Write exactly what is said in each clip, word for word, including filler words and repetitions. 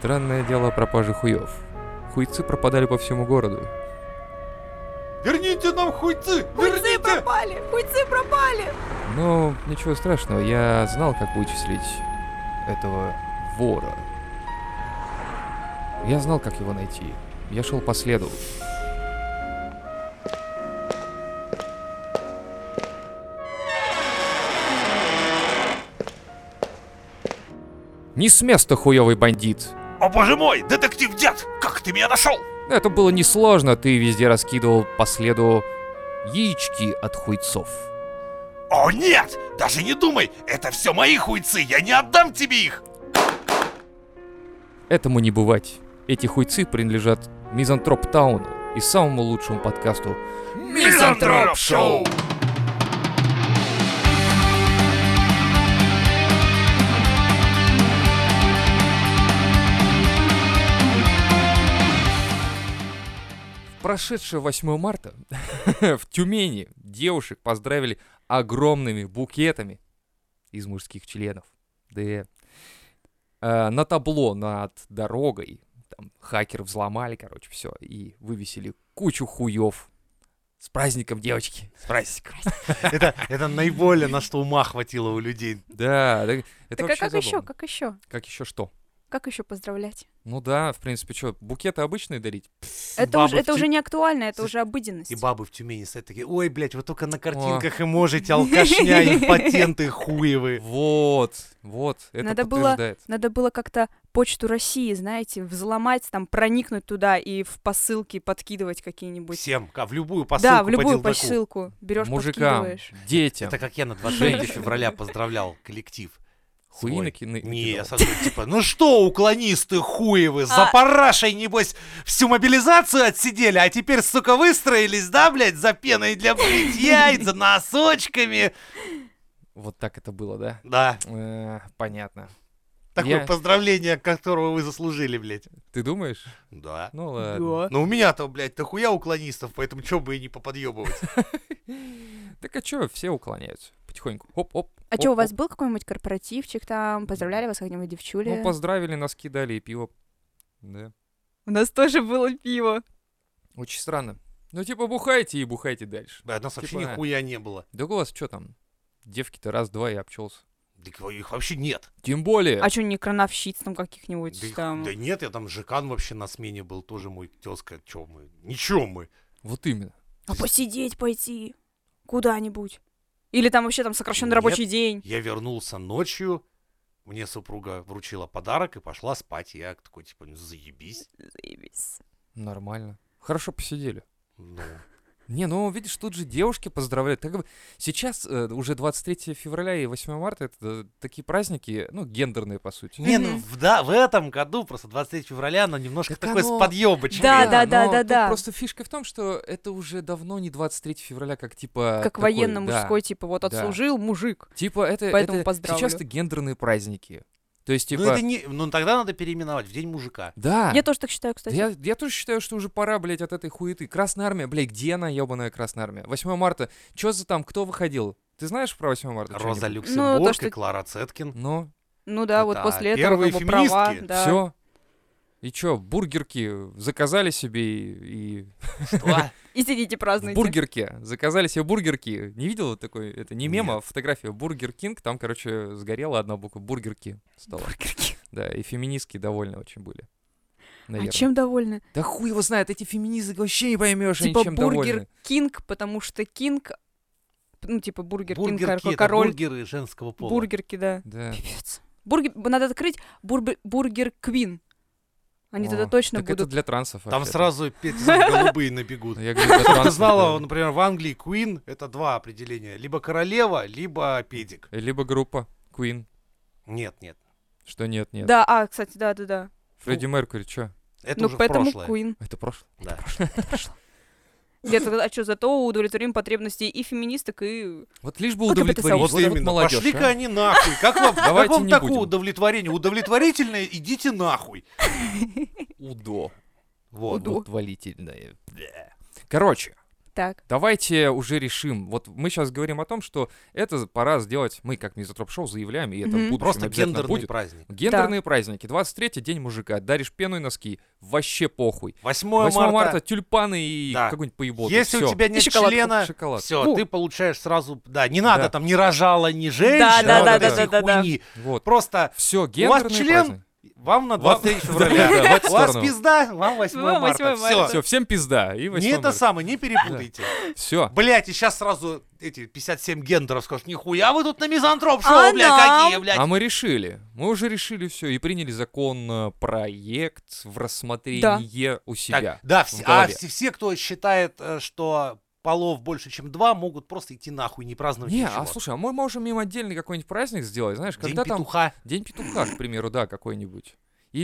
Странное дело пропажи хуев. Хуйцы пропадали по всему городу. Верните нам хуйцы! Хуйцы Верните! пропали! Хуйцы пропали! Но ничего страшного, я знал, как вычислить этого вора. Я знал, как его найти. Я шел по следу. Не с места, хуёвый бандит! О боже мой, детектив-дед! Как ты меня нашел? Это было несложно, ты везде раскидывал по следу яички от хуйцов. О нет! Даже не думай! Это все мои хуйцы! Я не отдам тебе их! Этому не бывать. Эти хуйцы принадлежат Мизантроп Тауну и самому лучшему подкасту Мизантроп Шоу! Прошедшее восьмое марта в Тюмени девушек поздравили огромными букетами из мужских членов. Да. Э, на табло над дорогой там хакеры взломали, короче, все, и вывесили кучу хуев. С праздником, девочки! С праздником! Это, это наиболее, на что ума хватило у людей. Да, это Так а как еще? Как еще? Как еще что? Как еще поздравлять? Ну да, в принципе, что, букеты обычные дарить? Это, Бабы уже, в это Тю- уже не актуально, это уже обыденность. И бабы в Тюмени стоят такие: ой, блядь, вы только на картинках и можете, алкашня, импотенты хуевы. Вот, вот, это Надо было- подтверждает. Надо было как-то Почту России, знаете, взломать, там, проникнуть туда и в посылки подкидывать какие-нибудь. Всем, а, в любую посылку Да, в по любую делдаку. посылку берешь, Мужикам, подкидываешь. детям, Это как я на двадцать третьего февраля поздравлял коллектив. хуи свой. накины- Не, я накидал. сразу типа, ну что, уклонисты хуевы, за А- парашей, небось, всю мобилизацию отсидели, а теперь, сука, выстроились, да, блядь, за пеной для бритья и за носочками. Вот так это было, да? Да, Э, понятно. такое Я- поздравление, которого вы заслужили, блядь. Ты думаешь? Да. Ну ладно. Да. Но у меня-то, блядь, дохуя уклонистов, поэтому чё бы и не поподъебывать. Так а чё, все уклоняются потихоньку. Оп-оп. А что, у вас был какой-нибудь корпоративчик там? Поздравляли вас как-нибудь девчули? Ну, поздравили, носки дали и пиво. Да. У нас тоже было пиво. Очень странно. Ну, типа, бухайте и бухайте дальше. Да, у нас вообще Типа, нихуя не было. Да у вас что там? Девки-то раз-два и обчелся. Так их вообще нет. Тем более. А что, не крановщиц там каких-нибудь Да, их- там? да нет, я там Жекан вообще на смене был, тоже мой тезка. Чё мы? Ничего мы. Вот именно. А посидеть пойти куда-нибудь? Или там вообще там сокращенный Нет. рабочий день? Я вернулся ночью, мне супруга вручила подарок и пошла спать. Я такой, типа, ну заебись. Заебись. Нормально. Хорошо посидели. Ну, Не, ну, видишь, тут же девушки поздравляют. Так бы сейчас э, уже двадцать третьего февраля и восьмое марта это э, такие праздники, ну, гендерные, по сути. не, ну Мгм. в, да, в этом году, просто двадцать третьего февраля, оно немножко Так такое оно- с подъебочкой. Да, да, да, но да, тут да. Просто фишка в том, что это уже давно не двадцать третьего февраля, как типа... Как такой, военно-мужской, да. типа, вот да. отслужил мужик. Типа это, Поэтому это поздравлю. сейчас-то гендерные праздники. То есть, типа... Ну, это не, ну тогда надо переименовать в День мужика. Да. Я тоже так считаю, Да кстати. Я, я тоже считаю, что уже пора, блядь, от этой хуеты. Красная армия, блядь, где она, ебаная Красная армия? восьмое марта, чё за там, кто выходил? Ты знаешь про восьмое марта? Роза чё-нибудь? Люксембург Ну, то, что- и Клара Цеткин. Ну, Ну да, вот Это после этого первые как бы права, феминистки? да. все. И чё, бургерки заказали себе и... и Что? И сидите в празднуйте. бургерке. Заказали себе бургерки. Не видел вот такой? Это не мем, а Нет. фотография. Бургер Кинг. Там, короче, сгорела одна буква. Бургерки стала. Бургерки. Да, и феминистки довольны очень были. А Наверно. чем довольны? Да хуй его знает, эти феминистки вообще не поймешь, они Типа чем бургер довольны. Кинг, потому что Кинг... Ну, типа бургер Кинг, Бургерки, как это король. бургеры женского пола. Бургерки, да. Да. Пипец. Бургер... Надо открыть бурбе- бургер Квин. Они О, тогда точно так это будут... для трансов. Там вообще-то. сразу эти самые голубые набегут. Я говорю, для Чтоб ты трансов, знала, да. например, в Англии Queen это два определения. Либо королева, либо педик. Либо группа Queen. Нет, нет. Что нет, нет. Да, а, кстати, да-да-да. Фредди Меркьюри, чё? Это Ну, уже в поэтому прошлое. Queen. Это прошлое. Да. Нет, а что, зато удовлетворим потребности и феминисток, и... Вот лишь бы ЛГБТ удовлетворить. сообщество. Вот Вот именно. молодежь, Пошли-ка а. они нахуй. Как вам, как Давайте вам не такое будем. удовлетворение? Удовлетворительное, идите нахуй. Удо. Вот. Удо. Удовлетворительное. Короче, Так. Давайте уже решим. Вот мы сейчас говорим о том, что это пора сделать, мы как Мизотроп Шоу заявляем, и это в Мгм. будущем Просто обязательно гендерный будет. праздник. Гендерные праздники. двадцать третий день мужика. Даришь пену и носки. Вообще похуй. восьмое восьмое марта марта. тюльпаны и Да. какой-нибудь поеботу. Если Всё. у тебя нет шоколадку. члена, Шоколад. все, Во. ты получаешь сразу... Да, не надо Да. там ни рожала, ни женщина, да, вот да, этой да, да, да. хуйни. Вот. Просто Все, вас гендерные член, праздники. вам на Вам- двадцать третьего февраля. Да, в эту У вас сторону. пизда, вам восьмое Вам марта. восьмое марта. Все, всем пизда. И Не это самое, не перепутайте. Все. Блять, и сейчас сразу эти пятьдесят семь гендеров скажут, нихуя вы тут на мизантроп шоу, А блядь, нам? какие, блядь. А мы решили. Мы уже решили все и приняли закон э, проект в рассмотрение у себя. Так, да, в все, а голове. все, все, кто считает, э, что полов больше, чем два, могут просто идти нахуй, не праздновать Не, ничего. а слушай, а мы можем им отдельный какой-нибудь праздник сделать, знаешь, День когда там... петуха. День петуха, к примеру, да, какой-нибудь.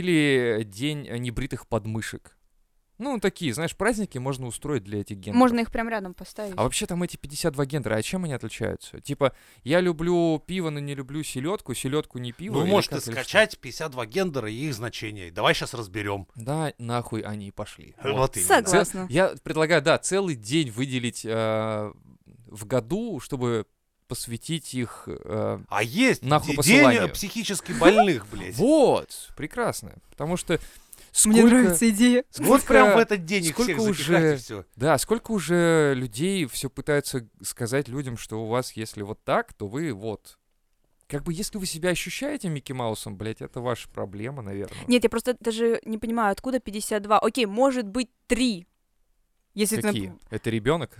Или день э, небритых подмышек. Ну, такие, знаешь, праздники можно устроить для этих гендеров. Можно их прям рядом поставить. А вообще там эти пятьдесят два гендера, а чем они отличаются? Типа, я люблю пиво, но не люблю селедку, селедку не пиво. Вы или можете как, или что? скачать пятьдесят два гендера и их значения. Давай сейчас разберем. Да, нахуй они и пошли. Вот. Вот именно. Согласна. Цел- Классно. Я предлагаю, да, целый день выделить э, в году, чтобы посвятить их... э, А есть Нахуй де- посылание. день психически больных, блядь. Вот, прекрасно. Потому что Мне сколько... нравится идея. Вот сколько- прям в этот день их сколько всех запихать уже- и все. Да, сколько уже людей все пытаются сказать людям, что у вас, если вот так, то вы вот... Как бы, если вы себя ощущаете Микки Маусом, блядь, это ваша проблема, наверное. Нет, я просто даже не понимаю, откуда пятьдесят два. Окей, может быть три. Если ты, Какие? нап- Это ребенок?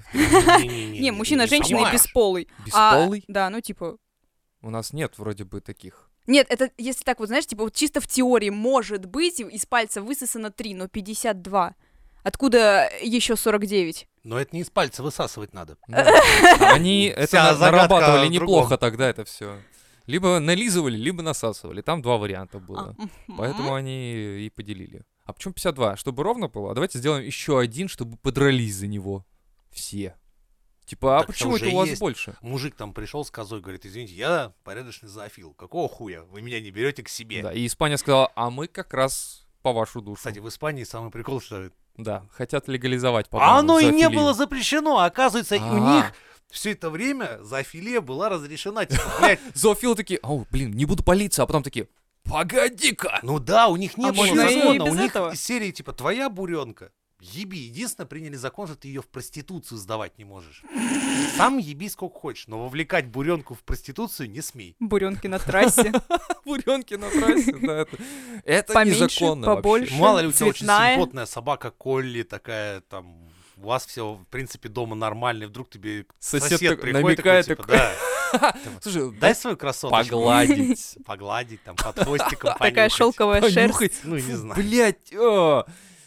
Не, мужчина, женщина и бесполый. А, Бесполый? да, ну типа... У нас нет вроде бы таких. Нет, это если так вот, знаешь, типа вот чисто в теории может быть из пальца высосано три, но пятьдесят два. Откуда еще сорок девять? Но это не из пальца высасывать надо. Да. Они это Вся на- загадка нарабатывали в неплохо другом. тогда это все. Либо нализывали, либо насасывали. Там два варианта было. А, Поэтому они и поделили. А почему пятьдесят два? Чтобы ровно было? А давайте сделаем еще один, чтобы подрались за него. Все. Типа, а Так это почему это уже у вас есть. больше? Мужик там пришел с козой, говорит, извините, я порядочный зоофил. Какого хуя? Вы меня не берете к себе. Да, и Испания сказала, а мы как раз по вашу душу. Кстати, в Испании самый прикол, что... Да, хотят легализовать, А по-моему, оно и не зоофилию. было запрещено. Оказывается, и у А. них все это время зоофилия была разрешена. Типа, блядь, Зоофилы такие, ау, блин, не буду палиться, а потом такие, погоди-ка! ну да, у них не А было можно и закона. без У них этого? из серии, типа, твоя буренка. Еби. Единственное, приняли закон, что ты ее в проституцию сдавать не можешь. Сам еби сколько хочешь, но вовлекать буренку в проституцию не смей. Буренки на трассе. Буренки на трассе, да, это, это Поменьше, незаконно побольше. вообще. Мало ли у тебя очень Цветная. симпотная собака Колли такая, там, у вас все, в принципе, дома нормально, и вдруг тебе Сосед сосед, так- приходит намекает такой, типа, такой. да, Слушай, дай свою красоточку. погладить. Погладить, там, под хвостиком Такая понюхать. шелковая шерсть. Понюхать. Ну, не Фу, знаю. Блядь, а,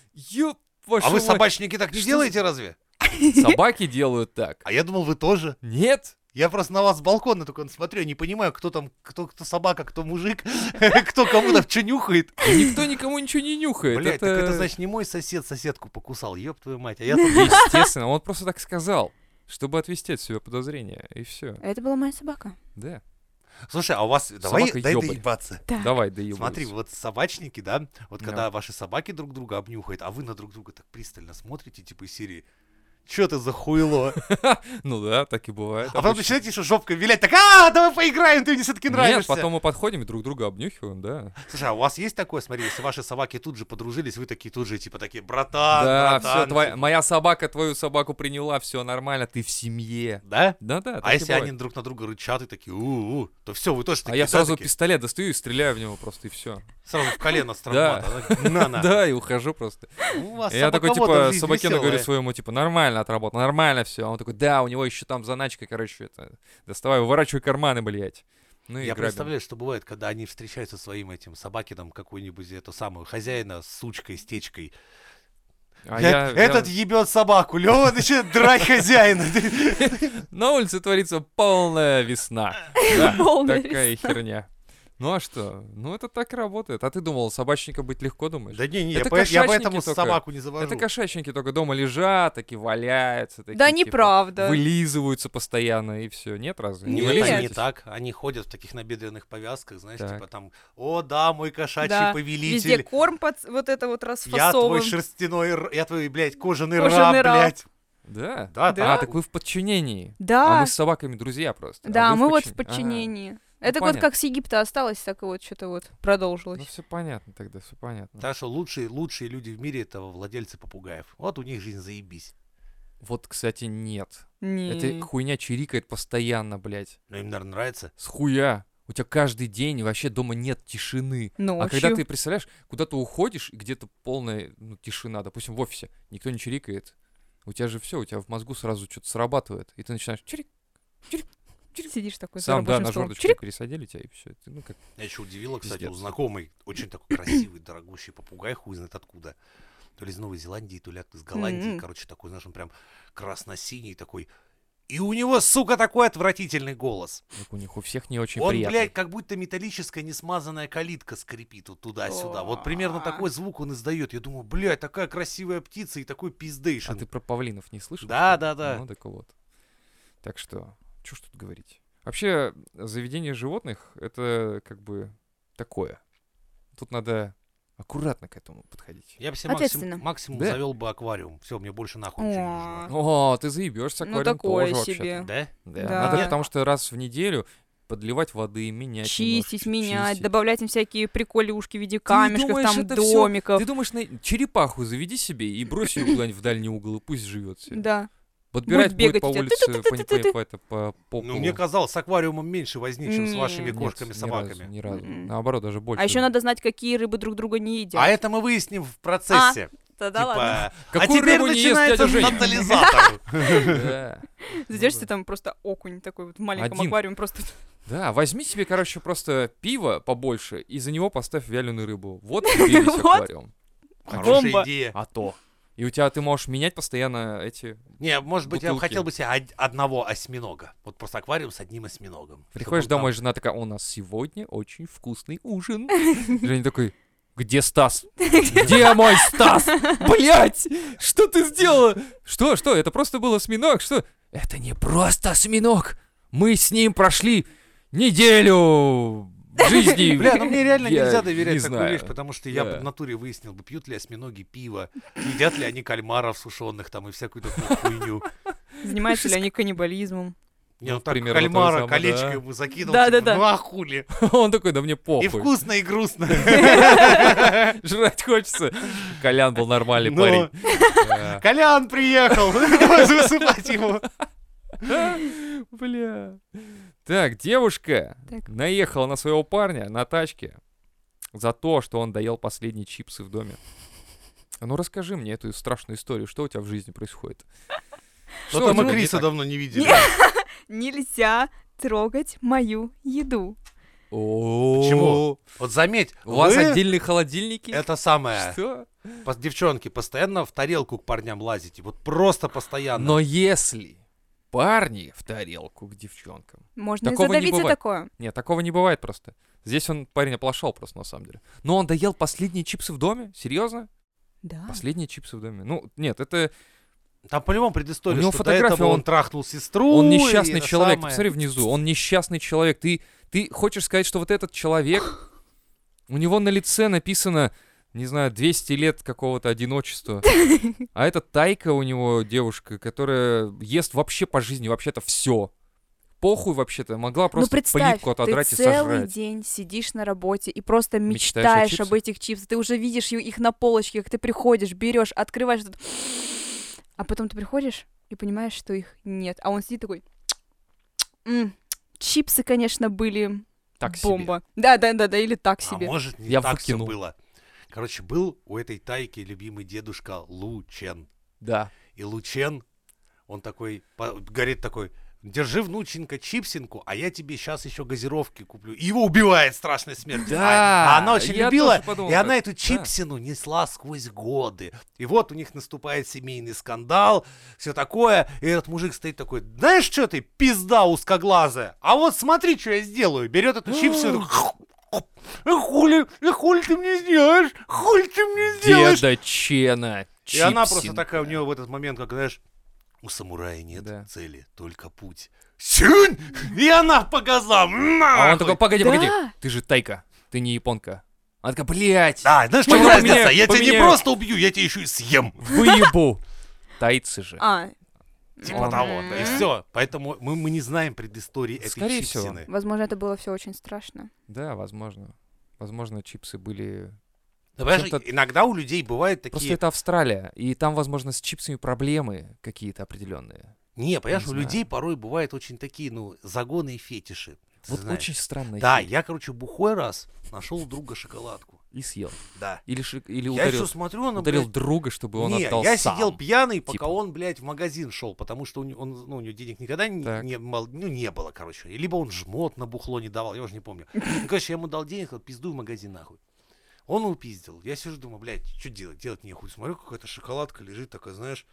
ёб вашу А вы, мать. собачники, так не Что делаете разве? Собаки делают так. А я думал, вы тоже. Нет? Я просто на вас с балкона только смотрю, я не понимаю, кто там, кто, кто собака, кто мужик, кто кому там что нюхает. И никто никому ничего не нюхает. Блять, это... так это значит не мой сосед соседку покусал, ёб твою мать, а я тут... Естественно, он просто так сказал, чтобы отвести от себя подозрения, и все. Это была моя собака. Да. Слушай, а у вас, давай, Собака дай ёбарь. доебаться. Да. Давай, доебывайся. Смотри, вот собачники, да, вот Да. когда ваши собаки друг друга обнюхают, а вы на друг друга так пристально смотрите, типа из серии, чё ты за хуйло? Ну да, так и бывает. А потом обычно. начинаете еще жопкой вилять, так, а, давай поиграем, ты мне все-таки Нет, нравишься. потом мы подходим и друг друга обнюхиваем, да. Слушай, а у вас есть такое, смотри, если ваши собаки тут же подружились, вы такие тут же, типа, такие, братан, Да, братан. все, твоя, типа. моя собака твою собаку приняла, все нормально, ты в семье. Да? Да, да. А если они друг на друга рычат и такие, у-у, то все, вы тоже А такие, я да, сразу такие? пистолет достаю и стреляю в него просто, и все. Сразу в колено с травмата. Да. На, на. Да, и ухожу просто. У вас И я такой, собаковода типа, жизнь собакену говорю веселая. своему, типа, нормально отработал, нормально все. А он такой, да, у него еще там заначка, короче, это, доставай, выворачивай карманы, блядь. Ну и Я грабим. представляю, что бывает, когда они встречаются со своим этим собаки, там, какую-нибудь эту самую хозяина с сучкой, с течкой. А Э, я- Этот я- ебет собаку, Лёва начинает драть хозяина. На улице творится полная весна. Да, Полная такая херня. Ну а что? Ну это так и работает. А ты думал, собачника быть легко, думаешь? Да не, не, Это я по- я кошачники поэтому только. собаку не завожу. Это кошачники только дома лежат, такие валяются. Такие, Да типа, неправда. вылизываются постоянно, и все. Нет, разве? Не Нет. Это не вылизываетесь? так. Они ходят в таких набедренных повязках, знаешь, Так. типа там, о, да, мой кошачий Да, повелитель. Везде корм под вот это вот Я твой расфасован. шерстяной, р- я твой, блядь, кожаный, Кожаный раб, раб. блядь. Да? Да, Да. А, так вы в подчинении. А Да, мы с собаками друзья просто. да, а вы мы вот в подчин- подчинении. Ну, Это вот понятно. как с Египта осталось, так и вот что-то вот А, продолжилось. ну все понятно тогда, все понятно. Так что лучшие, лучшие люди в мире — это владельцы попугаев. Вот у них жизнь заебись. Вот, кстати, нет. Не. Эта хуйня чирикает постоянно, блядь. Но им, наверное, нравится. С хуя. У тебя каждый день вообще дома нет тишины. Ночью. А когда ты, представляешь, куда-то уходишь, и где-то полная ну, тишина, допустим, в офисе, никто не чирикает, у тебя же все, у тебя в мозгу сразу что-то срабатывает, и ты начинаешь чирик, Сидишь такой за сам, да, рабочим на столом. жердочку Чирик. пересадили тебя, и все. Ну, как... Я еще удивило, кстати, Пиздец. у знакомой очень такой красивый, дорогущий попугай, хуй знает откуда. То ли из Новой Зеландии, то ли от- из Голландии. М-м. Короче, такой, знаешь, он прям красно-синий такой. И у него, сука, такой отвратительный голос. Так у них у всех не очень Он, приятный. блядь, как будто металлическая несмазанная калитка скрипит вот туда-сюда. Вот примерно О. такой звук он издает. Я думаю, блядь, такая красивая птица и такой пиздейшн. А ты про павлинов не слышал? Да, что ли? да, да. Ну, так вот. Так что, что ж тут говорить. Вообще, заведение животных — это как бы такое. Тут надо аккуратно к этому подходить. Я бы себе максимум, Ответственно. максимум Да. завел бы аквариум. Все, мне больше нахуй ничего не нужно. О, ты заебешься, Ну, аквариум такое тоже себе. вообще-то. Да? Да. Да. Надо, Нет. потому что раз в неделю подливать воды, менять Чистить, немножечко, менять, чистить. добавлять им всякие приколюшки в виде камешков, думаешь, там, это всё- домиков. Ты думаешь, на... черепаху заведи себе и брось ее куда-нибудь в дальний угол, и пусть живет себе. Да. Подбирать Будет будет, бегать по у тебя. улице, по, Ты-ты-ты-ты-ты-ты. по, по, по, по Ну, мне казалось, с аквариумом меньше возни, чем с Не. вашими Нет, кошками, ни собаками. разу, ни разу. М-м. Наоборот, даже больше. А еще надо знать, какие рыбы друг друга не едят. А это мы выясним в процессе. Да ладно. Типа, а Какую теперь рыбу не ест начинается дядя Женя? тотализатор. Да. Зайдешь Ну ты там просто окунь такой вот в маленьком Один. аквариуме просто. Да, возьми себе, короче, просто пиво побольше и за него поставь вяленую рыбу. Вот тебе весь Вот. аквариум. Хорошая Бомба. идея. А то. И у тебя ты можешь менять постоянно эти... Не, может быть, я бы Бутылки. хотел бы себе од- одного осьминога. Вот просто аквариум с одним осьминогом. Приходишь Чтобы он домой, жена такая: у нас сегодня очень вкусный ужин. Женя такой: где Стас? Где мой Стас? Блять! Что ты сделала? Что, что? Это просто был осьминог? Что? Это не просто осьминог. Мы с ним прошли неделю жизни. там- Бля, ну мне реально Я нельзя не доверять такую знаю. вещь, потому что я бы Да. в натуре выяснил бы, пьют ли осьминоги пиво, едят ли они кальмаров сушеных там и всякую такую хуйню. Занимаются ли они каннибализмом? Не, ну Ну, так примерно то же кальмара самое, колечко да. ему закинул, Да, да, типа, да. ну а хули? Он такой: да мне И похуй. вкусно, и грустно. Жрать хочется. Колян был нормальный Но. парень. Да. Колян приехал, давай засыпать его. Бля. Так, девушка Так. наехала на своего парня на тачке за то, что он доел последние чипсы в доме. А ну расскажи мне эту страшную историю. Что у тебя в жизни происходит? Что-то у мы тебя не Криса так? давно не видели. Нельзя трогать мою еду. Почему? Вот заметь, У вас вы отдельные холодильники? это самое, Что? пос- девчонки, постоянно в тарелку к парням лазите, вот просто постоянно. Но если парни в тарелку к девчонкам... Можно Такого и не задавить за бывает. такое. Нет, такого не бывает просто. Здесь он, парень, оплошал просто, на самом деле. Но он доел последние чипсы в доме? Серьезно? Да. Последние чипсы в доме? Ну, нет, это... Там по-любому предыстория, У него что фотография, до этого он, он- трахнул сестру. Он и несчастный это человек. самое. Посмотри внизу. Он несчастный человек. Ты, ты хочешь сказать, что вот этот человек, у него на лице написано, не знаю, двести лет какого-то одиночества. А это Тайка у него, девушка, которая ест вообще по жизни вообще-то все. Похуй вообще-то. Могла Ну просто представь, плитку ты отодрать и целый сожрать. день сидишь на работе и просто Мечтаешь о мечтаешь чипсах? об этих чипсах. Ты уже видишь их на полочке, как ты приходишь, берешь, открываешь, тут... а потом ты приходишь и понимаешь, что их нет. А он сидит такой... «М, чипсы, конечно, были Так себе. бомба. Да, да, да, да, или так А себе. может, не Я так все выкинул. было. Короче, был у этой Тайки любимый дедушка Лу Чен. Да. И Лу Чен, он такой, по- говорит такой: держи, внученька, чипсинку, а я тебе сейчас еще газировки куплю. И его убивает страшной смертью. Да, А, а она очень я любила, тоже подумал и она так. эту Да. чипсину несла сквозь годы. И вот у них наступает семейный скандал, все такое, и этот мужик стоит такой: знаешь, что ты, пизда узкоглазая, а вот смотри, что я сделаю. Берет эту чипсину, такой, «Э, хули, э, хули ты мне сделаешь, хули ты мне сделаешь. Деда Чена. И она просто чипсинка. такая, у нее в этот момент, как, знаешь, у самурая нет Да. цели, только путь. Сюнь! И она по газам. А он нахуй! такой: погоди, Да. погоди. Ты же Тайка, ты не японка. Она такая: блядь, Да, знаешь, Понял, что разница? поменяю, Я тебя не поменяю. просто убью, я тебя еще и съем. выебу. Тайцы же. А, Типа Мгм. того. И все. Поэтому мы, мы не знаем предыстории этой Скорее всего. чипсины. Возможно, это было все очень страшно. Да, возможно. Возможно, чипсы были... Ну, понимаешь, Чем-то- иногда у людей бывают Просто такие... это Австралия, и там, возможно, с чипсами проблемы какие-то определенные. Не, понимаешь, Не у знаю. людей порой бывают очень такие, ну, загоны и фетиши. Ты Вот знаешь. очень странно. Да, я, короче, бухой раз нашел у друга шоколадку. И съел. Да. Или, шик- или Я ударил, еще смотрю, она, ударил блядь, друга, чтобы он не, отдал я сам. сидел пьяный, пока типа. он, блядь, в магазин шел, потому что у, не- он, ну, у него денег никогда не, Так. не, мал- ну, не было, короче. Либо он жмот на бухло не давал, я уже не помню. Ну, короче, я ему дал денег, сказал, пиздуй в магазин нахуй. Он упиздил. Я сижу, думаю, блядь, что делать? Делать нехуй. Смотрю, какая-то шоколадка лежит такая, знаешь,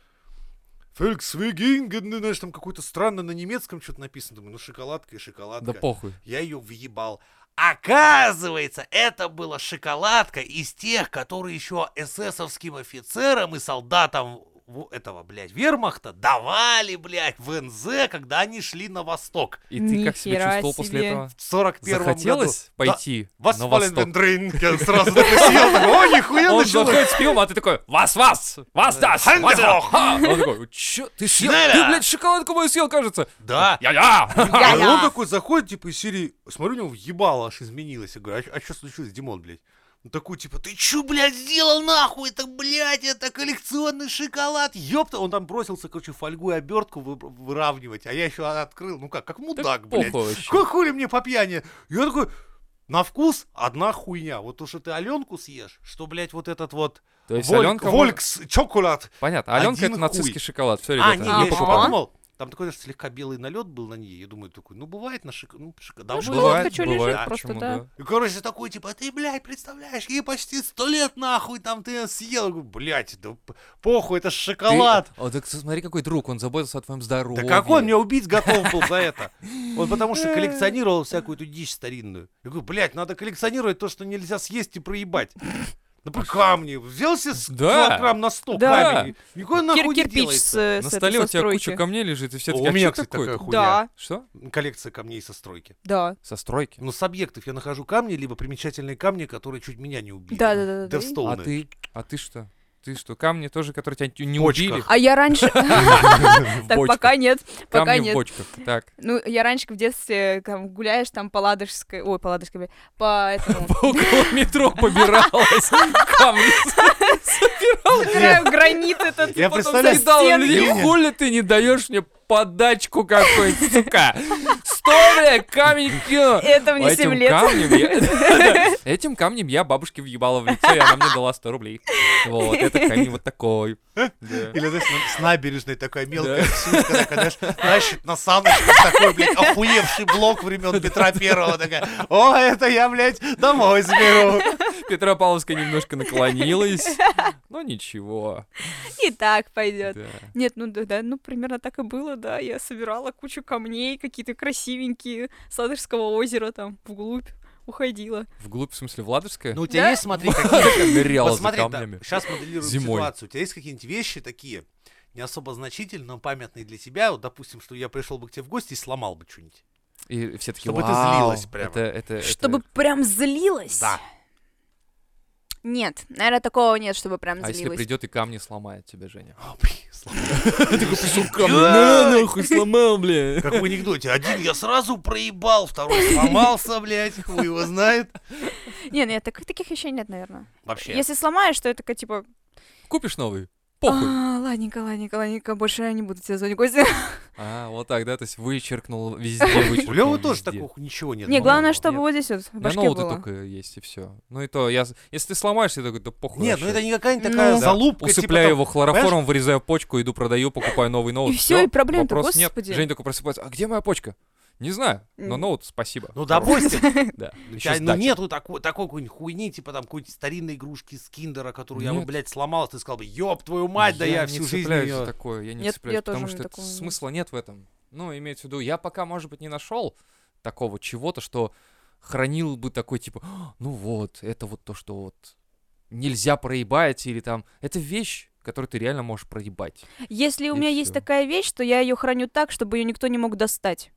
Volkswagen, знаешь, там какой-то странно на немецком что-то написано. Думаю, ну шоколадка и шоколадка. Да похуй. Я ее въебал. Оказывается, это была шоколадка из тех, которые еще эсэсовским офицерам и солдатам в- этого, блядь, вермахта давали, блядь, в эн зэ, когда они шли на восток. И ты как себя Нихера чувствовал после себе. этого? В сорок первом году. Захотелось пойти Вас на восток? Я сразу такой сидел, такой, о, нихуя Он началось. заходит с пивом, а ты такой, вас, вас, вас даст, вас Хандехох. даст. Он такой, чё, ты съел, Шнеля. ты, блядь, шоколадку мою съел, кажется. Да. Я-я. А Я-я. он такой заходит, типа, из серии, смотрю, у него въебало аж изменилось. Я говорю, а, что случилось, Димон, блядь? Он такой, типа, ты чё, блядь, сделал нахуй? Это, блядь, это коллекционный шоколад. Ёпта, он там бросился, короче, фольгу и обертку вы- выравнивать, а я еще открыл, ну как, как мудак, блядь. Похуй вообще. Какой хули мне по пьяни? Я такой, на вкус одна хуйня. Вот то, что ты Аленку съешь, что, блядь, вот этот вот То есть Воль- Аленка... Волькс чоколад. Понятно, Аленка один это нацистский хуй. шоколад. Все, А, ребята, не, не я еще покупаем. подумал, там такой даже слегка белый налет был на ней. Я думаю, такой, ну бывает на шоколад. Ну, шоко- да, Ну, бывает. шоколадка чё лежит, бывает, просто, почему, да. И, короче, такой, типа, ты, блядь, представляешь, ей почти сто лет, нахуй, там ты съел. Я говорю, блядь, да п- похуй, это ж Ты- шоколад. О, так смотри, какой друг, он заботился о твоем здоровье. Да какой он меня убить готов был за это? Он потому что коллекционировал всякую эту дичь старинную. Я говорю, блядь, надо коллекционировать то, что нельзя съесть и проебать. Например, камни. Взял себе с Да. килограмм на сто Да. камней. Никакой нахуй Кир- не кирпич делается. с, э, На с столе этой, у со тебя стройки. куча камней лежит, и все О, такие, у меня, а чё кстати, такая такое? хуйня. Да, Что? Коллекция камней со стройки. да. Со стройки? Ну, с объектов я нахожу камни, либо примечательные камни, которые чуть меня не убили. Да, да, да, да, да. А Девстоуны. ты? А ты что? Ты что, камни тоже, которые тебя не Почках. убили? А я раньше... В Так, бочках. пока нет, пока Камни в нет. бочках. Так. Ну, я раньше в детстве там гуляешь там по Ладожской... Ой, по Ладожской, блядь, по этому... Около метро побиралась. Камни Собираю гранит этот. Я потом представляю, со съедал. стен. Людей, Не-не. хули ты не даешь мне подачку какой-то, сука? Сто, бля, камень кину. Это мне семь Этим лет. камнем я... Этим камнем я бабушке въебала в лицо, и она мне дала сто рублей. Вот, это камень вот такой. Да. Или, знаешь, на- с набережной такая мелкая сучка, такая, знаешь, тащит на саночках такой, блядь, охуевший блок времен Петра Первого, такая, о, это я, блядь, домой заберу. Петропавловская немножко наклонилась, но ничего. И так пойдет. Да. Нет, ну да, да, ну примерно так и было, да. Я собирала кучу камней, какие-то красивенькие, с Ладожского озера там вглубь уходила. Вглубь, в смысле, в Ладожское? Ну, у тебя Да? есть, смотри, какие... Ныряла Вот за смотри, камнями. сейчас моделируем Зимой. ситуацию. У тебя есть какие-нибудь вещи такие, не особо значительные, но памятные для тебя? Вот, допустим, что я пришел бы к тебе в гости и сломал бы что-нибудь. И все таки Чтобы ты «Вау, злилась прямо». Это, это, это- Чтобы прям злилась? Да. Нет, наверное, такого нет, чтобы прям А если злилась. придет и камни сломает тебе, Женя? О, блин, сломал. Такой пришел камни, Да. на нахуй сломал, бля. Как в анекдоте. Один я сразу проебал, второй сломался, блядь, хуй его знает. Не, нет, так- таких вещей нет, наверное. Вообще. Если сломаешь, то это такая типа... Купишь новый? Похуй. А, ладненько, ладненько, ладненько, больше я не буду тебя звонить гостя. А, вот так, да, то есть вычеркнул везде, вычеркнул У Лёвы тоже везде. такого ничего нет. Не, по-моему. главное, чтобы Нет. вот здесь вот в У меня башке ноуты было. только есть, и все. Ну и то, я, с- если ты сломаешься, я такой, да похуй Нет, ну вообще. это не какая-нибудь такая Ну. Да. залупка, Усыпляю типа его хлороформом, вырезаю почку, иду продаю, покупаю новый ноут. И всё, и проблем-то, вопрос нет. господи. Женя такой просыпается, а где моя почка? Не знаю, но М. ноут, спасибо. там. Ну, допустим, Да. у Ещё тебя, ну сдача. нету такой, такой какой-нибудь хуйни, типа там какой-нибудь старинной игрушки с киндера, которую я бы, Нет. блядь, сломал, ты сказал бы, ёб твою мать, да я не всю жизнь цепляюсь за её... такое, я не Нет, цепляюсь, я потому тоже что такого не- смысла нет в этом. Ну, имеется в виду, я пока, может быть, не нашел такого чего-то, что хранил бы такой, типа, «А, ну вот, это вот то, что вот нельзя проебать, или там, это вещь, которую ты реально можешь проебать. Если у И меня есть всё. такая вещь, то я ее храню так, чтобы ее никто не мог достать.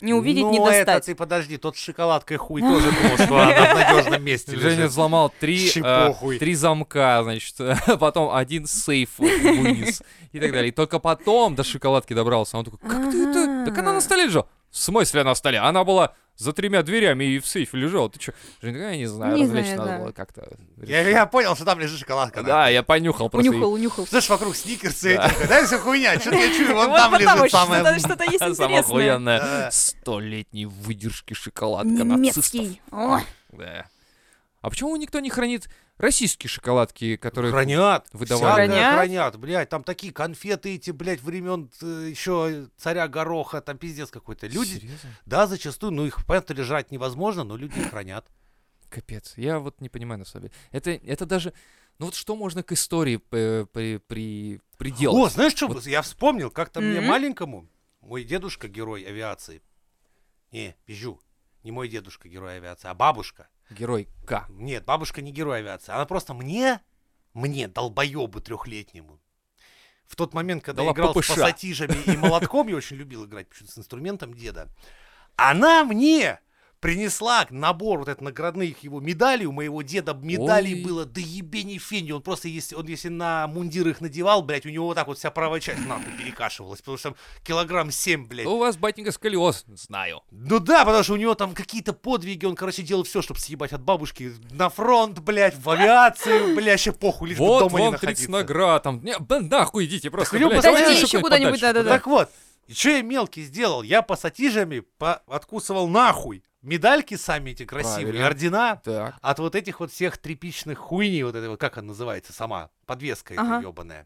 Не увидеть, ну, не это достать. ты подожди, тот с шоколадкой хуй тоже просто на надежном месте Женя лежит. взломал три, Щи э, похуй. три замка, значит, потом один сейф вынес и так далее. И только потом до шоколадки добрался. Он такой, как ты это? Так она на столе лежала. В смысле на столе? Она была за тремя дверями и в сейфе лежала. Ты что? Женя, я не знаю, Не развлечь знаю, надо да. было как-то. Я, я понял, что там лежит шоколадка. Да, я понюхал просто. Унюхал, унюхал. Слышь, вокруг сникерсы эти. Да, все хуйня. Что-то я чую, вон Вот там потому лежит что самое... что-то что-то есть Самая интересное. охуенная Да. столетней выдержки шоколадка нацистов. Немецкий. О, Да. А почему никто не хранит российские шоколадки, которые... Хранят. выдавали. Всякое Хранят? хранят, блядь. Там такие конфеты эти, блядь, времен еще царя Гороха. Там пиздец какой-то. Люди, Серьезно? да, зачастую, ну их, понятно, лежать невозможно, но люди их хранят. Капец, я вот не понимаю на самом деле. Это, это даже... Ну вот что можно к истории при, при, при, приделать? О, знаешь что? Вот. Я вспомнил, как-то мне Мгм. маленькому, мой дедушка герой авиации. Не, пизжу. Не мой дедушка герой авиации, а бабушка. Герой К. Нет, бабушка не герой авиации. Она просто мне, мне, долбоебу трехлетнему, в тот момент, когда Дала я играл ППШ. с пассатижами и молотком, я очень любил играть почему-то с инструментом деда, она мне принесла набор вот этот наградных его медалей. У моего деда медалей Ой. было до ебени фени. Он просто, если, он если на мундир их надевал, блядь, у него вот так вот вся правая часть нахуй перекашивалась, потому что там килограмм семь, блядь. У вас, батенька, сколиоз. Знаю. Ну да, потому что у него там какие-то подвиги, он, короче, делал все, чтобы съебать от бабушки на фронт, блядь, в авиацию, блядь, вообще похуй, лишь бы Вот дома не вам находиться. тридцать наград. Там, не, да нахуй идите просто, Так, блядь. подожди, давайте еще еще куда-нибудь подальше. надо, да. Так вот, и что я мелкий сделал? Я пассатижами по- откусывал нахуй медальки сами эти красивые, Правильно. ордена Так. от вот этих вот всех тряпичных хуйней, вот этой вот, как она называется сама, подвеска эта Ага. ебаная.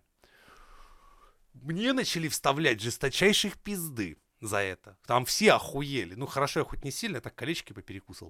Мне начали вставлять жесточайших пизды за это. Там все охуели. Ну, хорошо, я хоть не сильно, так колечки поперекусал.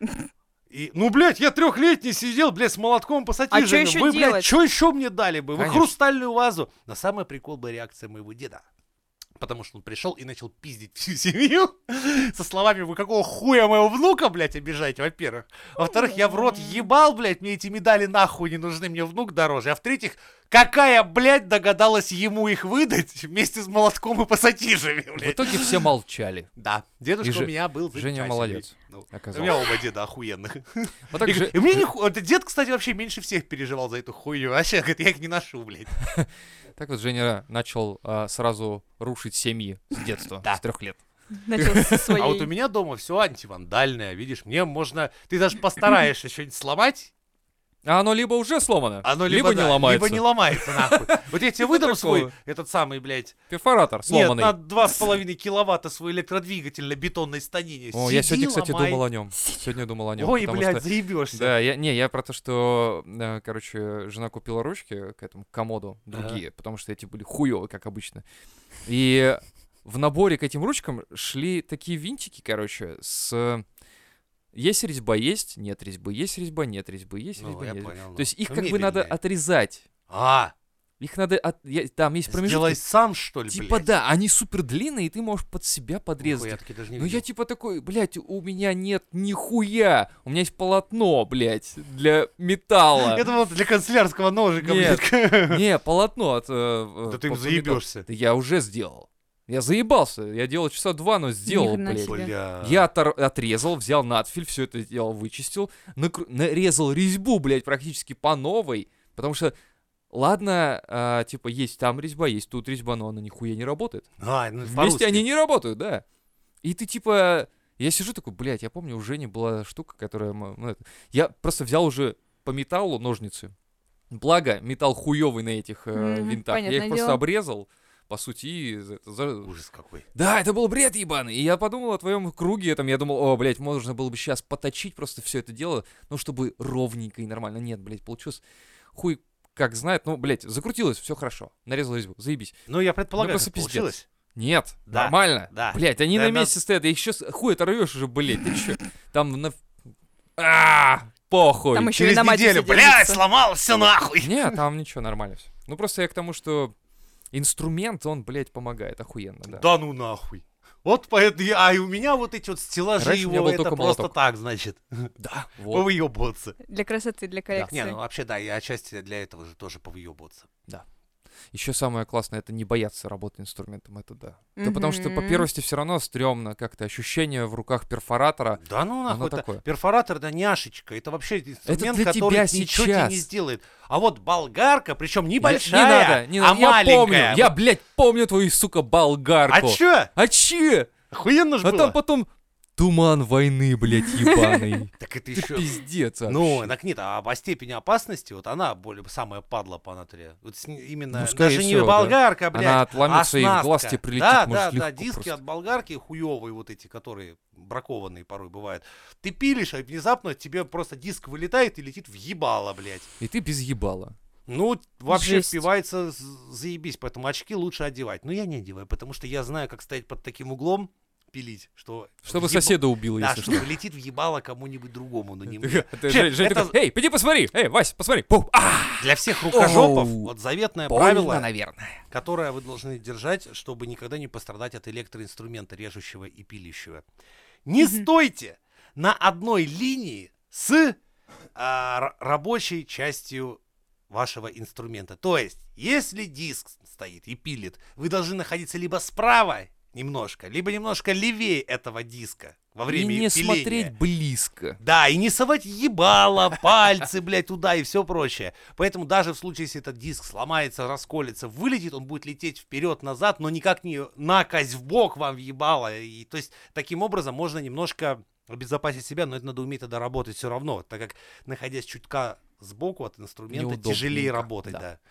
И, ну, блядь, я трехлетний сидел, блядь, с молотком пассатижами. А чё ещё Вы, блядь, делать? что еще мне дали бы? Вы Конечно. хрустальную вазу. Но самый прикол была реакция моего деда. Потому что он пришел и начал пиздить всю семью со словами: вы какого хуя моего внука, блядь, обижаете, во-первых. Во-вторых, я в рот ебал, блядь, мне эти медали нахуй не нужны, мне внук дороже. А в-третьих, какая, блядь, догадалась ему их выдать вместе с молотком и пассатижами, В блядь. итоге все молчали. Да, дедушка И Же- у меня был Женя замечательный. молодец, Ну, у оказался. меня оба деда охуенных. Вот так И, же... и мне не ху... это дед, кстати, вообще меньше всех переживал за эту хуйню. Вообще, говорит, я их не ношу, блядь. Так вот Женя начал а, сразу рушить семьи с детства, Да. с трех лет. Начал со своей. А вот у меня дома все антивандальное, видишь, мне можно... Ты даже постараешься что-нибудь сломать, А оно либо уже сломано, оно либо, либо, не да, ломается. либо не ломается, нахуй. Вот я тебе выдам такого. свой, этот самый, блядь, Перфоратор нет, сломанный. на два с половиной киловатта свой электродвигатель на бетонной станине. О, я Сиди, сегодня, кстати, ломай. думал о нем. Сегодня думал о нем. Ой, потому блядь, что- заебешься. Да, я, не, я про то, что, э, короче, жена купила ручки к этому комоду, другие, потому что эти были хуёвые, как обычно. И в наборе к этим ручкам шли такие винтики, короче, с... Есть резьба, есть, нет резьбы, есть резьба, нет резьбы, есть Ну, резьба, я нет. понял. То есть их Ну, как бы мебель, надо блядь. отрезать. А, Их надо... от- я- Там есть промежутки. сделай сам, что ли, Типа блядь? да, они супер длинные, и ты можешь под себя подрезать Нихуя их. таки даже не Ну я видел. типа такой, блядь, у меня нет нихуя. У меня есть полотно, блядь, для металла. Это вот для канцелярского ножика, Нет. блядь. Не, полотно от... э, Да э, ты им по- по металлу. заебешься. Да я уже сделал. Я заебался. Я делал часа два, но сделал, хрена блядь. себе. Бля. Я отор- отрезал, взял надфиль, все это делал, вычистил, накру- нарезал резьбу, блядь, практически по новой, потому что, ладно, а, типа, есть там резьба, есть тут резьба, но она нихуя не работает. А, ну, Вместе по-русски. они не работают, да. И ты типа... Я сижу такой, блядь, я помню, у Жени была штука, которая... м- ну, это- Я просто взял уже по металлу ножницы. Благо, металл хуёвый на этих э, Мгм, винтах. Я их понятное просто дело. обрезал, по сути, и за- за- Ужас какой. да, это был бред ебаный. И я подумал о твоем круге, там, я думал, о, блядь, можно было бы сейчас поточить просто все это дело, ну, чтобы ровненько и нормально. Нет, блядь, получилось хуй как знает, ну, блядь, закрутилось, все хорошо. Нарезал резьбу, заебись. Ну, я предполагаю, просто как пиздец. получилось. Нет, Да, нормально. да. Блядь, они Да, на да. месте стоят, я их сейчас хуй оторвешь уже, блядь, ты чё? Там на... А, похуй. Там еще и Через на мате неделю, все блядь, держится. сломал все нахуй. Не, там ничего, нормально все. Ну, просто я к тому, что инструмент, он, блядь, помогает охуенно, да. Да ну нахуй. Вот поэтому, я- а и у меня вот эти вот стеллажи Раньше у меня его, был это только просто молоток. так, значит, Да, вот. повыебываться. Для красоты, для коллекции. Не, ну вообще, да, и отчасти для этого же тоже повыебываться. Еще самое классное — это не бояться работать инструментом, это да. Да потому что по первости все равно стрёмно как-то ощущение в руках перфоратора. Да ну Оно нахуй, это такое. перфоратор — это няшечка, это вообще инструмент, для который тебя ничего тебе сейчас. не сделает. А вот болгарка, причем Я- небольшая, не надо, не а надо, я маленькая. помню, я, блядь, помню твою, сука, болгарку. А чё? А че? Охуенно ж А было. там потом туман войны, блядь, ебаный. Так это Ты еще... пиздец Ну, вообще. так нет, а по степени опасности, вот она более самая падла по натуре. Вот с- именно Ну, скорее даже не всего, да. болгарка, блядь, Она отломится а и в оснастка. глаз тебе прилетит, Да, может, да, да, легко диски просто. от болгарки хуёвые вот эти, которые бракованные порой бывают. Ты пилишь, а внезапно тебе просто диск вылетает и летит в ебало, блядь. И ты без ебала. Ну, вообще Жесть. впивается з- заебись, поэтому очки лучше одевать. Но я не одеваю, потому что я знаю, как стоять под таким углом, пилить, что... Чтобы в еба- соседа убил, Да, если что. чтобы летит в ебало кому-нибудь другому, но не мне. Ты- Вообще, Жень- Жень это такой, эй, иди посмотри, эй, Вась, посмотри. Пух, а, для всех рукожопов Оу, вот заветное больно, правило, наверное. которое вы должны держать, чтобы никогда не пострадать от электроинструмента, режущего и пилящего. Не Мгм. стойте на одной линии с а, р- рабочей частью вашего инструмента. То есть, если диск стоит и пилит, вы должны находиться либо справа немножко, либо немножко левее этого диска во И время не пиления. смотреть близко. Да, и не совать ебало, пальцы, блядь, туда и все прочее. Поэтому даже в случае, если этот диск сломается, расколется, вылетит, он будет лететь вперед-назад, но никак не накось в бок вам въебало. И, то есть, таким образом можно немножко обезопасить себя, но это надо уметь тогда работать все равно, так как, находясь чутка сбоку от инструмента, тяжелее Неудобненько, работать, да. да.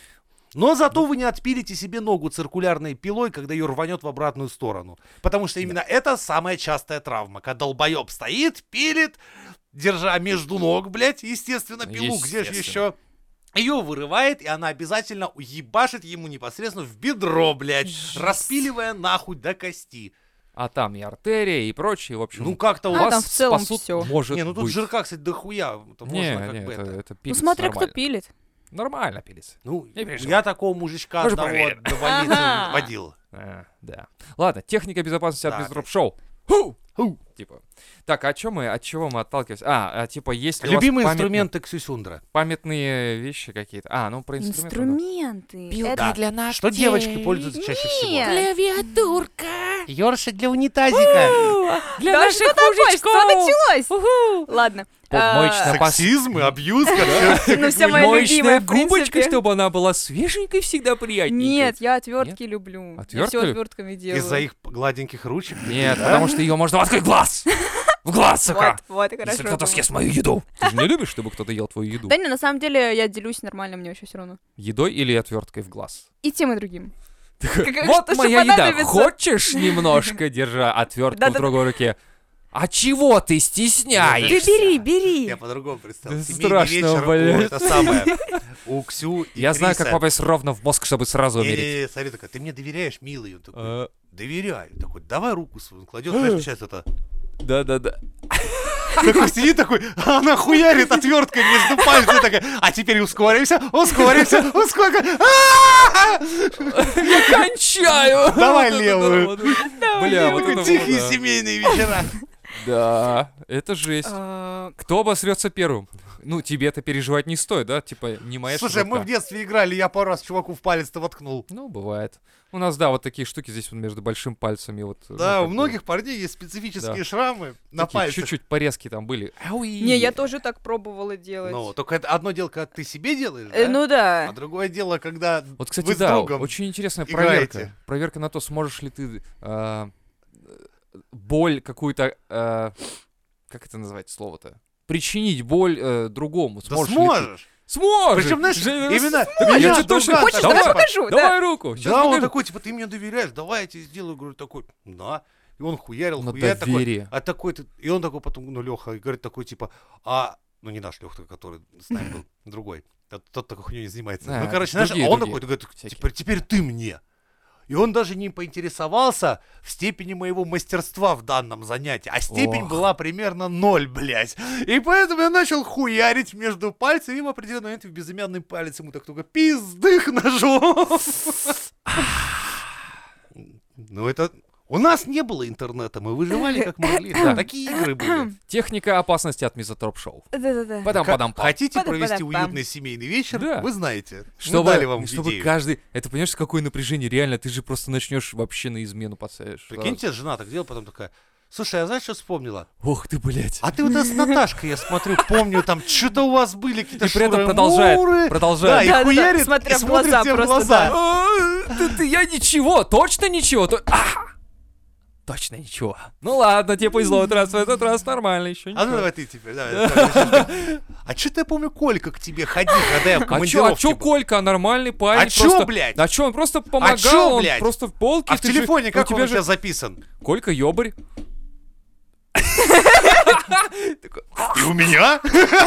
Но зато вы не отпилите себе ногу циркулярной пилой, когда ее рванет в обратную сторону. Потому что именно это самая частая травма. Когда долбоеб стоит, пилит, держа между ног, блядь, естественно, пилу, где же Естественно. еще? Ее вырывает, и она обязательно уебашит ему непосредственно в бедро, блядь, Жесть. распиливая нахуй до кости. А там и артерия, и прочее, в общем. Ну как-то у А, вас... там в целом спасут, всё. может Не, ну тут быть. жирка, кстати, дохуя. Это Не, можно как не, бы это, это... это Ну, пилится смотря кто нормально. пилит. Нормально пилится. Ну, Не переживай. я такого мужичка Мы же одного проверим. до больницы Ага. водил. А, да. Ладно, техника безопасности от Так. Мистер Шоу. Ху! Ху. Типа. Так, а чё мы, от чего мы отталкиваемся? А, а, типа, если у вас Любимые памятные- инструменты Ксюсюндра. памятные вещи какие-то. А, ну про инструменты. да. Инструменты. Да. Это... для Что девочки пользуются чаще всего? Нет. Клавиатурка. Ёршик для унитазика. Для Да наших что такое? Что мужичков. началось? Ладно. Помоечная А, паста. Сексизм и абьюз. как Ну, вся моя Моечная любимая, в губочка, принципе. чтобы она была свеженькой, всегда приятненькой. Нет, я отвертки люблю. Я Отвертки все люб- отвертками делаю. Из-за их гладеньких ручек. Нет, потому что ее можно открыть глаз. В глаз, сука. Вот, вот, хорошо. Если кто-то было. съест мою еду. Ты же не любишь, чтобы кто-то ел твою еду? Да не, на самом деле я делюсь нормально, мне вообще все равно. Едой или отверткой в глаз? И тем, и другим. Как- Вот что- что моя еда. понадобится. Хочешь немножко, держа отвертку в Да-да-да. другой руке? А чего ты Ты стесняешься? бери, бери. Я по-другому представил. Да Семейный страшно, вечер у блядь. это самое. У Ксю и Я знаю, как Криса. попасть ровно в мозг, чтобы сразу умереть. Не-не-не, смотри, такая, ты мне доверяешь, милый? Он такой, А, доверяю. Такой, давай руку свою. Он кладет, знаешь, начинает это. Да-да-да. Такой сидит такой, а она хуярит отверткой между пальцами такая. А теперь ускоримся, ускоримся, ускоримся. А-а-а! Я кончаю. Давай Вот это левую. да, вот. Бля, вот Такой это тихие было, да. семейные вечера. Да, это жесть. А, Кто обосрется первым? Ну, тебе-то переживать не стоит, да? Типа, не моя Слушай, мы шутка. в детстве играли, я пару раз чуваку в палец-то воткнул. Ну, бывает. У нас, да, вот такие штуки здесь вот между большим пальцем и вот... ну, Да, как у бы многих парней есть специфические Да. шрамы на такие пальцах. чуть-чуть порезки там были. Ауи. Не, я тоже так пробовала делать. Ну, только это одно дело, когда ты себе делаешь, Э, да? Ну А да. другое дело, когда Вот, кстати, вы с да, другом очень интересная играете. проверка. Проверка на то, сможешь ли ты а, боль какую-то... а, как это называть слово-то? Причинить боль э, другому. Да Сможешь ли ты? сможешь. Сможешь! Причем, знаешь, Же- именно я меня тебе точно- друган Хочешь, так давай типа, покажу, да. Давай руку. щас Да, он покажу. такой, типа, ты мне доверяешь, давай я тебе сделаю. Говорю, такой, да. И он хуярил, На хуярил такой. доверие. А такой, ты- и он такой потом, ну, Леха, и говорит такой, типа, а, ну, не наш Леха, который с нами был, другой. Тот, тот такой хуйней не занимается. А, ну, короче, знаешь, другие, а он другие такой, говорит, всякие. теперь, теперь ты мне. И он даже не поинтересовался в степени моего мастерства в данном занятии, а степень Ох. была примерно ноль, блядь. И поэтому я начал хуярить между пальцами, и в определенный момент в безымянный палец ему так только пиздых ножом. Ну, это У нас не было интернета, мы выживали как могли. Да, такие игры были. Техника опасности от Мизотроп-шоу. Да-да-да. Падам-падам. Х- Хотите Падам-падам-пам. провести уютный семейный вечер? Да. Вы знаете. Мы Чтобы, дали вам чтобы идею. каждый... Это понимаешь, какое напряжение? Реально, ты же просто начнешь вообще на измену подставишь. Прикиньте, жена так делала, потом такая: слушай, а знаешь, что вспомнила? Ох ты, блядь. А ты вот с Наташкой, я смотрю, помню, там что-то у вас были какие-то И при этом шуры-муры. продолжает, Да, продолжает. и Да-да-да, хуярит, смотря и в смотрит глаза тебе в просто, глаза. А, ты- ты- Я ничего, точно ничего. то- А! Точно ничего. Ну ладно, тебе повезло в этот раз, в этот раз нормально еще. А ну давай ты теперь, давай. давай. А что-то я помню, Колька к тебе ходил, когда я в А чё, командировке а чё был. Колька, нормальный парень? А чё, просто... блядь? А чё, он просто помогал, чё, он блядь? просто в полке. А в ты же- телефоне у как он тебя у тебя же... записан? Колька ёбарь. И у меня?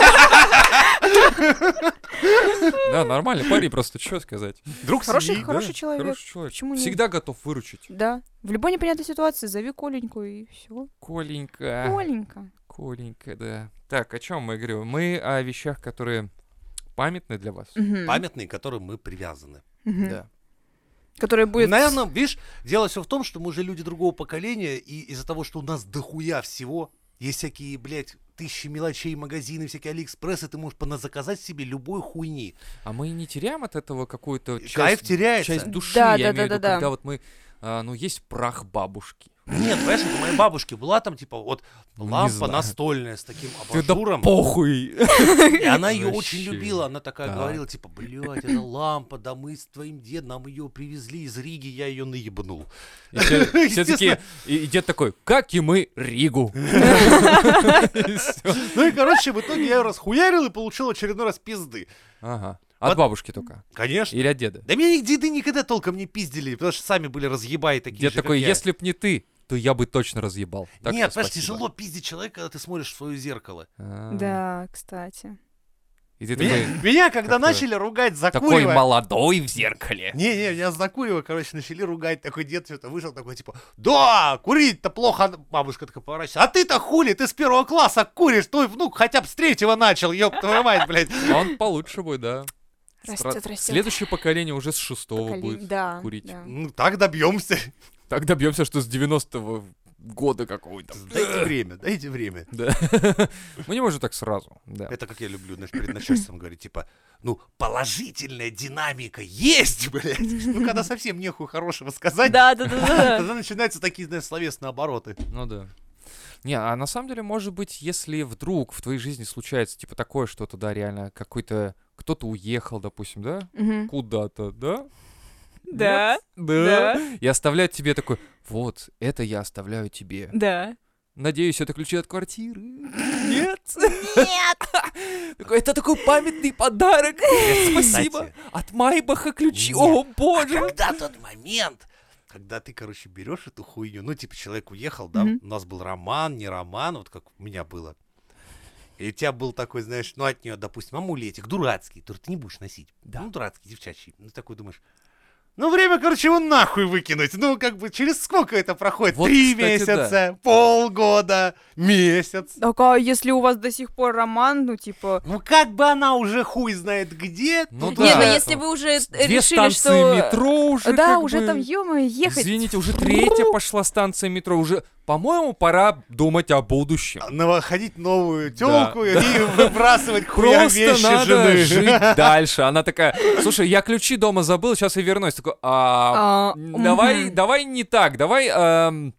Да, нормальный парень, просто что сказать. Друг Хороший, семьи. хороший Да, человек. Хороший человек. Почему нет? Всегда готов выручить. Да. В любой непонятной ситуации зови Коленьку и все. Коленька. Коленька. Коленька, да. Так, о чем мы говорим? Мы о вещах, которые памятны для вас. Мгм. Памятные, к которым мы привязаны. Мгм. Да. Который будет... Наверное, видишь, дело все в том, что мы уже люди другого поколения, и из-за того, что у нас дохуя всего, есть всякие, блядь, тысячи мелочей, магазины, всякие Алиэкспрессы, ты можешь поназаказать себе любой хуйни. А мы не теряем от этого какую-то часть, Кайф теряется. часть души, Да, я да, имею в да, виду, да, да. когда вот мы, а, ну, есть прах бабушки. Нет, понимаешь, у моей бабушки была там, типа, вот, Ну, не лампа знаю. настольная с таким Ты да абажуром. похуй. И она ее Вообще. очень любила. Она такая Да. говорила, типа, блядь, это лампа, да мы с твоим дедом, нам ее привезли из Риги, я ее наебнул. И все, все Естественно. такие, и, и дед такой, как и мы, Ригу. И всё. Ну и, короче, в итоге я ее расхуярил и получил очередной раз пизды. Ага. От Вот- бабушки только. Конечно. Или от деда. Да меня их деды никогда толком не пиздили, потому что сами были разъебаи такие Дед же, как такой, я. если б не ты, то я бы точно разъебал. Так Нет, что понимаешь, спасибо. тяжело пиздить человека, когда ты смотришь в свое зеркало. А. Да, кстати. И ты Меня, такой, меня когда как-то начали ругать за такой курево- молодой в зеркале. Не-не, меня за курево, короче, начали ругать. Такой дед что-то вышел, такой, типа, да, курить-то плохо. Бабушка такая поворачивается. А ты-то хули, ты с первого класса куришь, твой внук хотя бы с третьего начал, ёб твою мать, блядь. Он получше будет, да. Растет, Стра- растет. Следующее поколение уже с шестого Поколение. будет Да, курить. да. Ну, так добьемся. Так добьемся, что с девяностого года какого-то. Дайте время, дайте время. Да. Мы не можем так сразу. Да. Это как я люблю, знаешь, перед начальством говорить, типа, ну, положительная динамика есть, блядь. Ну, когда совсем нехуй хорошего сказать, Да, да, да, да. тогда начинаются такие, знаешь, словесные обороты. Ну да. Не, а на самом деле, может быть, если вдруг в твоей жизни случается, типа, такое что-то, да, реально, какой-то, кто-то уехал, допустим, да, Мгм. куда-то, да? Да, Нет? Да. да. И оставляет тебе такой, вот, это я оставляю тебе. да. Надеюсь, это ключи от квартиры. Нет. Нет! Такой, это такой памятный подарок. Спасибо. Кстати. От Майбаха ключи. Нет. О, А боже. когда тот момент, когда ты, короче, берешь эту хуйню, ну, типа, человек уехал, да, Мгм. у нас был роман, не роман, вот как у меня было. И у тебя был такой, знаешь, ну, от нее, допустим, амулетик дурацкий, который ты не будешь носить. Да. Ну, дурацкий, девчачий. Ну, такой думаешь, ну, время, короче, его нахуй выкинуть. Ну, как бы, через сколько это проходит? Вот, Три кстати, месяца, полгода, месяц. Так, а если у вас до сих пор роман, ну, типа... Ну, как бы она уже хуй знает где. Ну тут да. Не, ну уже- если вы уже Две решили, станции что... метро уже Да, как уже бы- там, ё ехать. Извините, уже третья пошла станция метро. Уже, по-моему, пора думать о будущем. Находить новую Да. телку и выбрасывать к хуям Просто вещи надо жены. жить дальше. Она такая, слушай, я ключи дома забыл, сейчас я вернусь. Такой, а, А, давай, мгм. давай не так, давай эм,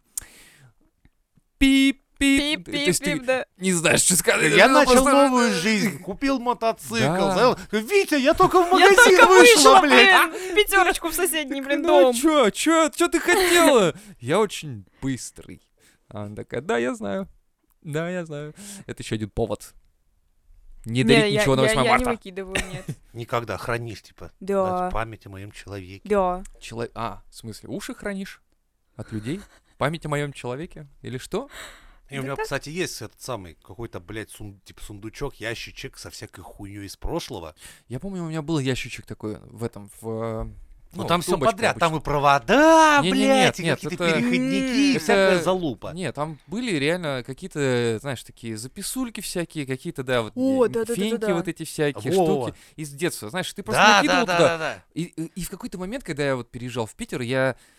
пип, пип. То есть ты Пип-пип-пип, да. не знаешь, что сказать. Я Ну, начал просто- новую жизнь, купил мотоцикл, Да. завел. Витя, я только в Я магазин только вышла, вышла, блядь. блин, в пятерочку в соседний, блин, Ну, дом. чё, чё, чё ты хотела? Я очень быстрый. А она такая, да, я знаю. Да, я знаю. Это еще один повод. Не дарить я- ничего на я- восьмое Я не марта. выкидываю, нет. Никогда хранишь, типа, Да, знаешь, память о моем человеке. да. Чело- А, в смысле, уши хранишь? От людей? Память о моем человеке? Или что? И у Да меня, так. кстати, есть этот самый какой-то, блядь, сун- типа сундучок, ящичек со всякой хуйней из прошлого. Я помню, у меня был ящичек такой в этом, в... э, Ну, ну, там в все тумбочке подряд, там и обычно. провода, Не-не-не, блядь, и нет, какие-то это- переходники, и это- всякая залупа. Не, там были реально какие-то, знаешь, такие записульки всякие, какие-то, да, вот О, э, да-да-да-да-да. феньки вот эти всякие Во-во-во. штуки из детства. Знаешь, ты просто Да, накидывал да, да, туда. да, да. И, и- и в какой-то момент, когда я вот переезжал в Питер, я,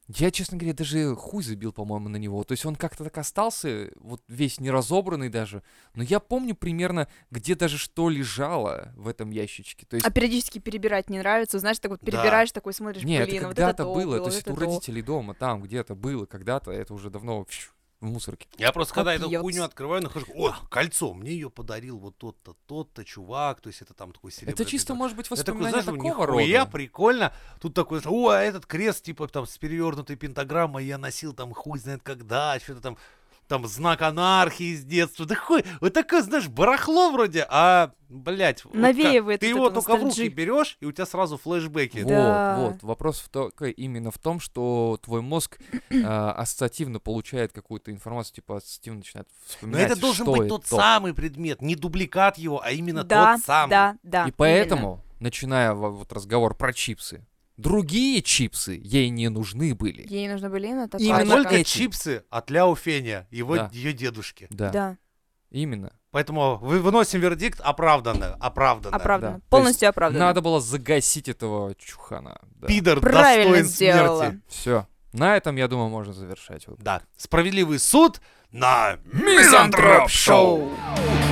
Я, честно говоря, даже хуй забил, по-моему, на него. То есть он как-то так остался, вот весь неразобранный даже. Но я помню примерно, где даже что лежало в этом ящичке. То есть, А периодически перебирать не нравится, знаешь, так вот Да. перебираешь, такой смотришь, не, блин, это вот это когда-то то было. было, То вот есть это у то. родителей дома там где-то было когда-то. Это уже давно фью, в мусорке. Я просто, когда эту Капец. хуйню открываю, нахожу, о, кольцо, мне ее подарил вот тот-то, тот-то чувак, то есть это там такой серебряный. Это чисто, дом. может быть, Я такой, воспоминание знаешь, такого нихуя рода. прикольно. Тут такой, о, а этот крест, типа, там, с перевернутой пентаграммой я носил там хуй знает когда, что-то там, там, знак анархии с детства. Да хуй, вот такое, знаешь, барахло вроде, а, блядь, вот Навеивает как- ты вот его эту только в руки ностальджи. берешь, и у тебя сразу флешбеки. Вот, Да. вот. Вопрос в то, к- именно в том, что твой мозг э, ассоциативно получает какую-то информацию, типа ассоциативно начинает Но вспоминать, это должен что быть это тот то. самый предмет, не дубликат его, а именно Да, тот самый. да, да. И поэтому, начиная во- вот разговор про чипсы, другие чипсы ей не нужны были. Ей нужно были именно такое. Именно А только эти. чипсы от Ляо Феня, его, Да. ее дедушки. Да, Да, именно. Поэтому вы выносим вердикт оправданно, оправданно. оправданно. Да. То Полностью есть оправданно. Надо было загасить этого чухана. Да. Пидор Правильно достоин сделала. смерти. Все. На этом, я думаю, можно завершать. Вот. Да. Справедливый суд на Мизантроп Шоу. Шоу.